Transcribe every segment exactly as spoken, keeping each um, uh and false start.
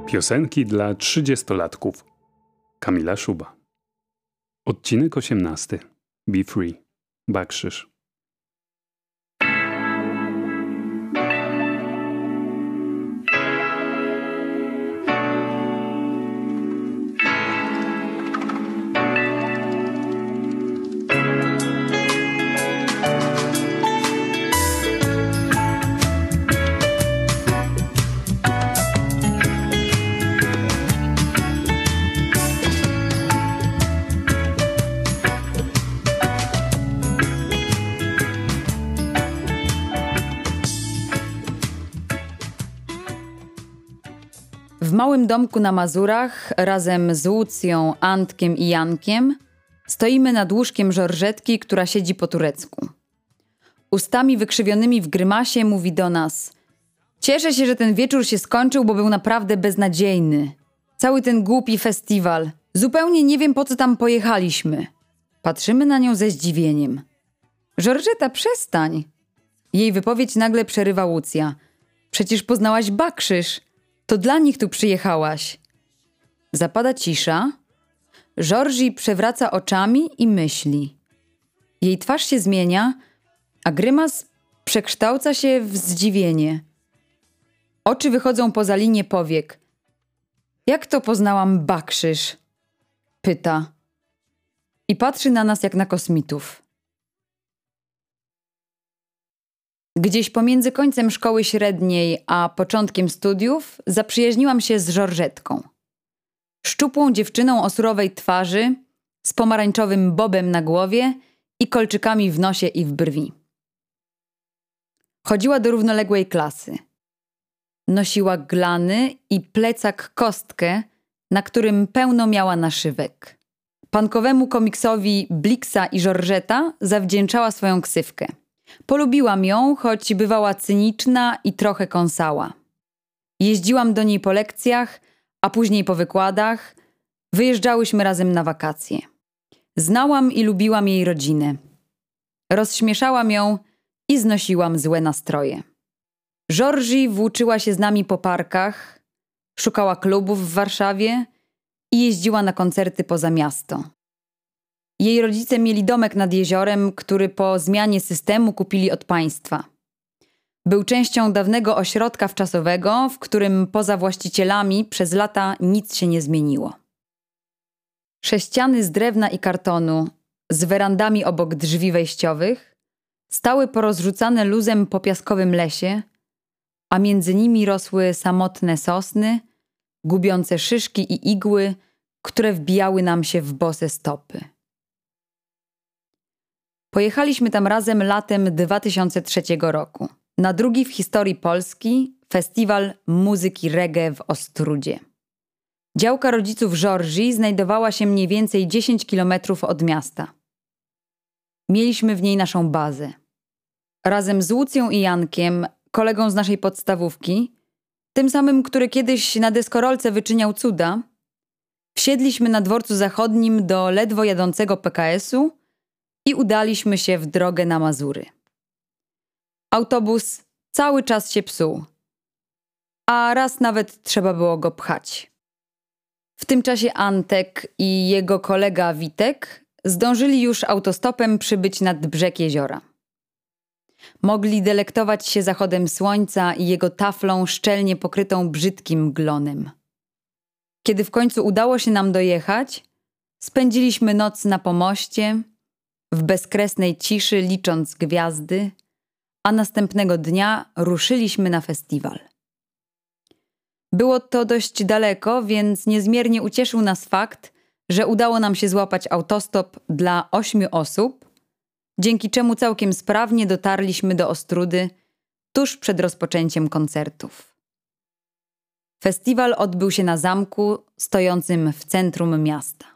Piosenki dla trzydziestolatków. Kamila Szuba. Odcinek osiemnasty. Be Free. Bakrzyż. W małym domku na Mazurach razem z Łucją, Antkiem i Jankiem stoimy nad łóżkiem Żorżetki, która siedzi po turecku. Ustami wykrzywionymi w grymasie mówi do nas: cieszę się, że ten wieczór się skończył, bo był naprawdę beznadziejny. Cały ten głupi festiwal. Zupełnie nie wiem, po co tam pojechaliśmy. Patrzymy na nią ze zdziwieniem. Żorżeta, przestań. Jej wypowiedź nagle przerywa Łucja. Przecież poznałaś Bakrzyż. To dla nich tu przyjechałaś. Zapada cisza. Żorży przewraca oczami i myśli. Jej twarz się zmienia, a grymas przekształca się w zdziwienie. Oczy wychodzą poza linię powiek. Jak to poznałam Bakrzyż? Pyta. I patrzy na nas jak na kosmitów. Gdzieś pomiędzy końcem szkoły średniej a początkiem studiów zaprzyjaźniłam się z Żorżetką. Szczupłą dziewczyną o surowej twarzy, z pomarańczowym bobem na głowie i kolczykami w nosie i w brwi. Chodziła do równoległej klasy. Nosiła glany i plecak kostkę, na którym pełno miała naszywek. Pankowemu komiksowi Bliksa i Żorżeta zawdzięczała swoją ksywkę. Polubiłam ją, choć bywała cyniczna i trochę kąsała. Jeździłam do niej po lekcjach, a później po wykładach. Wyjeżdżałyśmy razem na wakacje. Znałam i lubiłam jej rodzinę. Rozśmieszałam ją i znosiłam złe nastroje. Żorży włóczyła się z nami po parkach, szukała klubów w Warszawie i jeździła na koncerty poza miasto. Jej rodzice mieli domek nad jeziorem, który po zmianie systemu kupili od państwa. Był częścią dawnego ośrodka wczasowego, w którym poza właścicielami przez lata nic się nie zmieniło. Sześciany z drewna i kartonu, z werandami obok drzwi wejściowych, stały porozrzucane luzem po piaskowym lesie, a między nimi rosły samotne sosny, gubiące szyszki i igły, które wbijały nam się w bose stopy. Pojechaliśmy tam razem latem dwa tysiące trzeciego roku. Na drugi w historii Polski festiwal muzyki reggae w Ostródzie. Działka rodziców Żorży znajdowała się mniej więcej dziesięć kilometrów od miasta. Mieliśmy w niej naszą bazę. Razem z Łucją i Jankiem, kolegą z naszej podstawówki, tym samym, który kiedyś na deskorolce wyczyniał cuda, wsiedliśmy na dworcu zachodnim do ledwo jadącego P K S-u i udaliśmy się w drogę na Mazury. Autobus cały czas się psuł, a raz nawet trzeba było go pchać. W tym czasie Antek i jego kolega Witek zdążyli już autostopem przybyć nad brzeg jeziora. Mogli delektować się zachodem słońca i jego taflą szczelnie pokrytą brzydkim glonem. Kiedy w końcu udało się nam dojechać, spędziliśmy noc na pomoście, w bezkresnej ciszy licząc gwiazdy, a następnego dnia ruszyliśmy na festiwal. Było to dość daleko, więc niezmiernie ucieszył nas fakt, że udało nam się złapać autostop dla ośmiu osób, dzięki czemu całkiem sprawnie dotarliśmy do Ostródy tuż przed rozpoczęciem koncertów. Festiwal odbył się na zamku stojącym w centrum miasta.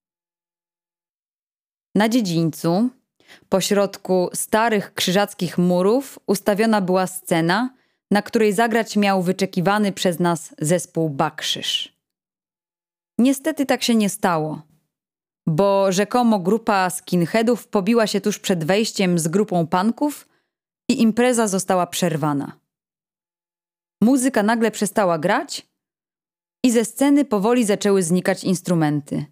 Na dziedzińcu, pośrodku starych krzyżackich murów, ustawiona była scena, na której zagrać miał wyczekiwany przez nas zespół Bakrzyż. Niestety tak się nie stało, bo rzekomo grupa skinheadów pobiła się tuż przed wejściem z grupą punków i impreza została przerwana. Muzyka nagle przestała grać, i ze sceny powoli zaczęły znikać instrumenty.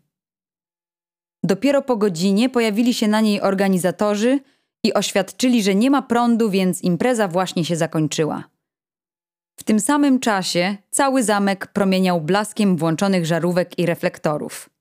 Dopiero po godzinie pojawili się na niej organizatorzy i oświadczyli, że nie ma prądu, więc impreza właśnie się zakończyła. W tym samym czasie cały zamek promieniał blaskiem włączonych żarówek i reflektorów.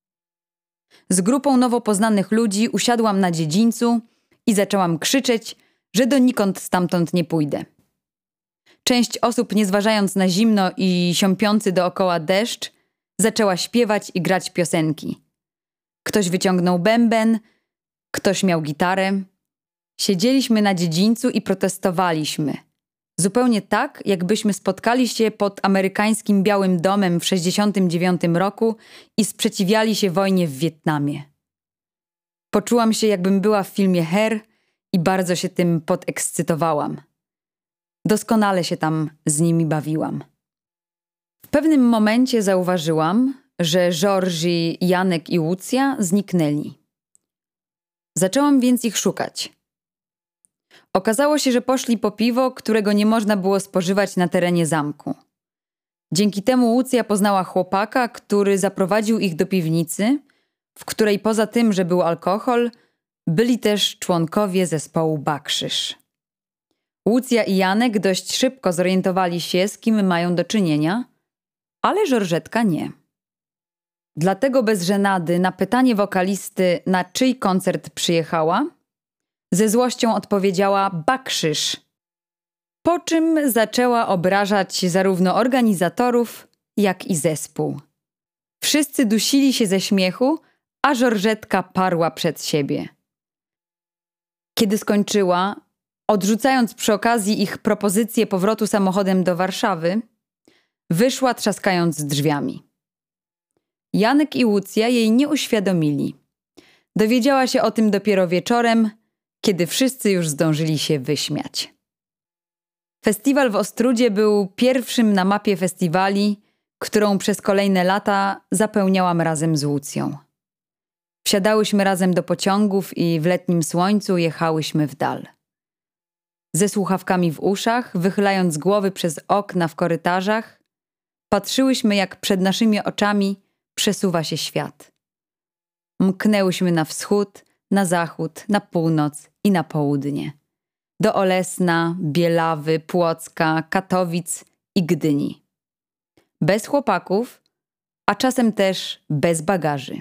Z grupą nowo poznanych ludzi usiadłam na dziedzińcu i zaczęłam krzyczeć, że donikąd stamtąd nie pójdę. Część osób, nie zważając na zimno i siąpiący dookoła deszcz, zaczęła śpiewać i grać piosenki. Ktoś wyciągnął bęben, ktoś miał gitarę. Siedzieliśmy na dziedzińcu i protestowaliśmy. Zupełnie tak, jakbyśmy spotkali się pod amerykańskim Białym Domem w sześćdziesiątym dziewiątym roku i sprzeciwiali się wojnie w Wietnamie. Poczułam się, jakbym była w filmie Her i bardzo się tym podekscytowałam. Doskonale się tam z nimi bawiłam. W pewnym momencie zauważyłam, że Georgi, Janek i Łucja zniknęli. Zaczęłam więc ich szukać. Okazało się, że poszli po piwo, którego nie można było spożywać na terenie zamku. Dzięki temu Łucja poznała chłopaka, który zaprowadził ich do piwnicy, w której poza tym, że był alkohol, byli też członkowie zespołu Bakszysz. Łucja i Janek dość szybko zorientowali się, z kim mają do czynienia, ale Żorżetka nie. Dlatego bez żenady na pytanie wokalisty, na czyj koncert przyjechała, ze złością odpowiedziała Bakszysz, po czym zaczęła obrażać zarówno organizatorów, jak i zespół. Wszyscy dusili się ze śmiechu, a Żorżetka parła przed siebie. Kiedy skończyła, odrzucając przy okazji ich propozycję powrotu samochodem do Warszawy, wyszła trzaskając drzwiami. Janek i Łucja jej nie uświadomili. Dowiedziała się o tym dopiero wieczorem, kiedy wszyscy już zdążyli się wyśmiać. Festiwal w Ostródzie był pierwszym na mapie festiwali, którą przez kolejne lata zapełniałam razem z Łucją. Wsiadałyśmy razem do pociągów i w letnim słońcu jechałyśmy w dal. Ze słuchawkami w uszach, wychylając głowy przez okna w korytarzach, patrzyłyśmy, jak przed naszymi oczami przesuwa się świat. Mknęłyśmy na wschód, na zachód, na północ i na południe. Do Olesna, Bielawy, Płocka, Katowic i Gdyni. Bez chłopaków, a czasem też bez bagaży.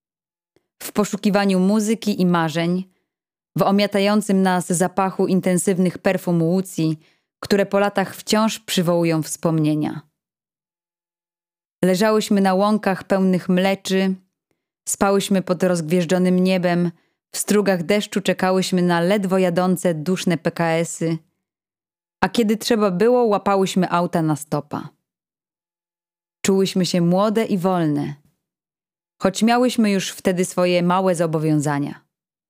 W poszukiwaniu muzyki i marzeń, w omiatającym nas zapachu intensywnych perfum Łucji, które po latach wciąż przywołują wspomnienia. Leżałyśmy na łąkach pełnych mleczy, spałyśmy pod rozgwieżdżonym niebem, w strugach deszczu czekałyśmy na ledwo jadące duszne P K esy, a kiedy trzeba było, łapałyśmy auta na stopa. Czułyśmy się młode i wolne, choć miałyśmy już wtedy swoje małe zobowiązania.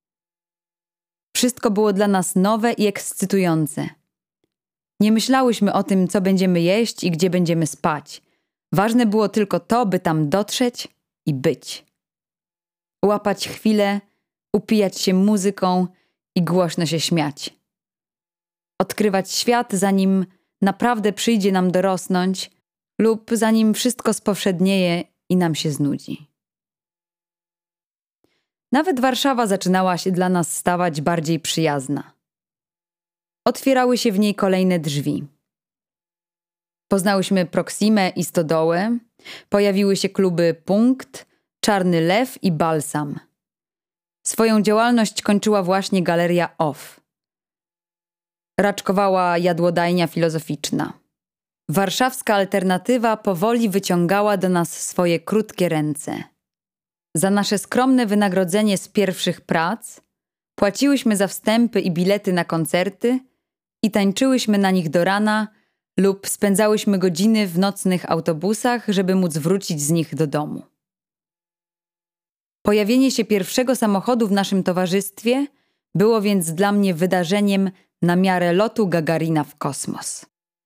Wszystko było dla nas nowe i ekscytujące. Nie myślałyśmy o tym, co będziemy jeść i gdzie będziemy spać. Ważne było tylko to, by tam dotrzeć i być. Łapać chwilę, upijać się muzyką i głośno się śmiać. Odkrywać świat, zanim naprawdę przyjdzie nam dorosnąć lub zanim wszystko spowszednieje i nam się znudzi. Nawet Warszawa zaczynała się dla nas stawać bardziej przyjazna. Otwierały się w niej kolejne drzwi. Poznałyśmy Proksimę i Stodołę, pojawiły się kluby Punkt, Czarny Lew i Balsam. Swoją działalność kończyła właśnie Galeria Off. Raczkowała jadłodajnia filozoficzna. Warszawska alternatywa powoli wyciągała do nas swoje krótkie ręce. Za nasze skromne wynagrodzenie z pierwszych prac płaciłyśmy za wstępy i bilety na koncerty i tańczyłyśmy na nich do rana lub spędzałyśmy godziny w nocnych autobusach, żeby móc wrócić z nich do domu. Pojawienie się pierwszego samochodu w naszym towarzystwie było więc dla mnie wydarzeniem na miarę lotu Gagarina w kosmos.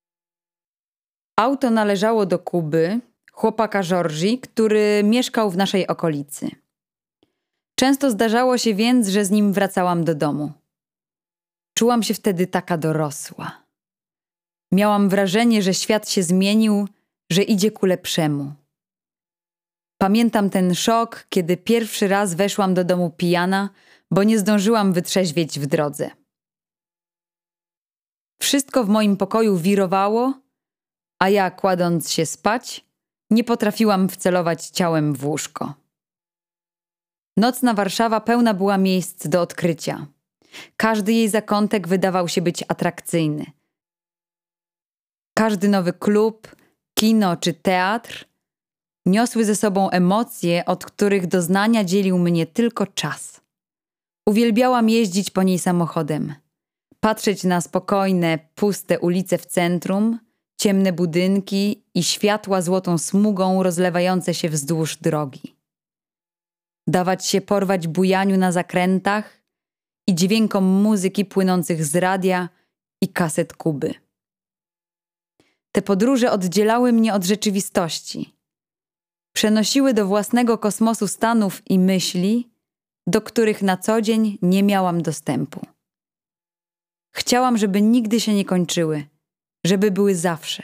Auto należało do Kuby, chłopaka Georgi, który mieszkał w naszej okolicy. Często zdarzało się więc, że z nim wracałam do domu. Czułam się wtedy taka dorosła. Miałam wrażenie, że świat się zmienił, że idzie ku lepszemu. Pamiętam ten szok, kiedy pierwszy raz weszłam do domu pijana, bo nie zdążyłam wytrzeźwieć w drodze. Wszystko w moim pokoju wirowało, a ja, kładąc się spać, nie potrafiłam wcelować ciałem w łóżko. Nocna Warszawa pełna była miejsc do odkrycia. Każdy jej zakątek wydawał się być atrakcyjny. Każdy nowy klub, kino czy teatr niosły ze sobą emocje, od których doznania dzielił mnie tylko czas. Uwielbiałam jeździć po niej samochodem, patrzeć na spokojne, puste ulice w centrum, ciemne budynki i światła złotą smugą rozlewające się wzdłuż drogi. Dawać się porwać bujaniu na zakrętach i dźwiękom muzyki płynących z radia i kaset Kuby. Te podróże oddzielały mnie od rzeczywistości. Przenosiły do własnego kosmosu stanów i myśli, do których na co dzień nie miałam dostępu. Chciałam, żeby nigdy się nie kończyły, żeby były zawsze.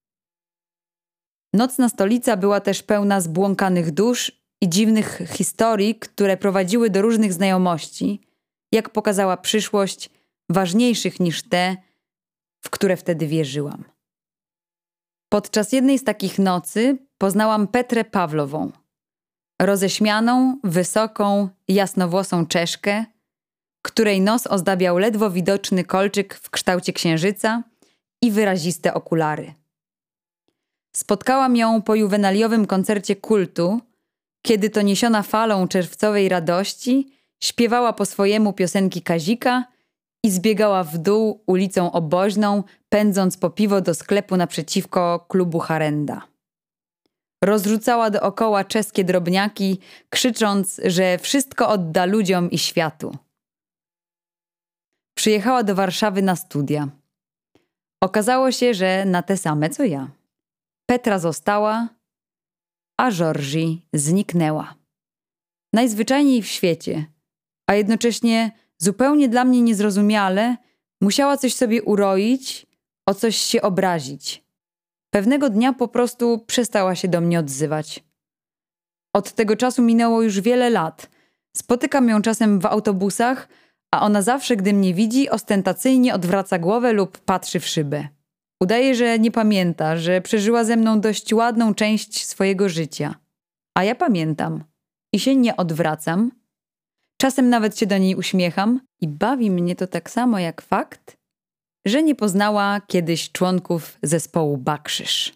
Nocna stolica była też pełna zbłąkanych dusz i dziwnych historii, które prowadziły do różnych znajomości, jak pokazała przyszłość, ważniejszych niż te, w które wtedy wierzyłam. Podczas jednej z takich nocy poznałam Petrę Pawlową, roześmianą, wysoką, jasnowłosą Czeszkę, której nos ozdabiał ledwo widoczny kolczyk w kształcie księżyca i wyraziste okulary. Spotkałam ją po juwenaliowym koncercie kultu, kiedy to niesiona falą czerwcowej radości śpiewała po swojemu piosenki Kazika i zbiegała w dół ulicą Oboźną, pędząc po piwo do sklepu naprzeciwko klubu Harenda. Rozrzucała dookoła czeskie drobniaki, krzycząc, że wszystko odda ludziom i światu. Przyjechała do Warszawy na studia. Okazało się, że na te same co ja. Petra została, a Georgi zniknęła. Najzwyczajniej w świecie, a jednocześnie zupełnie dla mnie niezrozumiale, musiała coś sobie uroić, o coś się obrazić. Pewnego dnia po prostu przestała się do mnie odzywać. Od tego czasu minęło już wiele lat. Spotykam ją czasem w autobusach, a ona zawsze, gdy mnie widzi, ostentacyjnie odwraca głowę lub patrzy w szybę. Udaje, że nie pamięta, że przeżyła ze mną dość ładną część swojego życia. A ja pamiętam i się nie odwracam. Czasem nawet się do niej uśmiecham i bawi mnie to tak samo jak fakt, że nie poznała kiedyś członków zespołu Bakrzyż.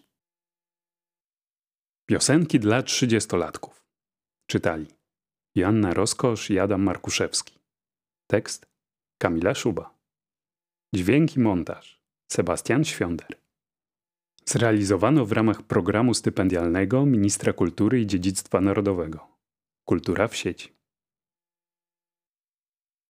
Piosenki dla trzydziestolatków. Czytali Joanna Roskosz i Adam Markuszewski. Tekst Kamila Szuba. Dźwięk i montaż Sebastian Świąder. Zrealizowano w ramach programu stypendialnego Ministra Kultury i Dziedzictwa Narodowego. Kultura w sieci.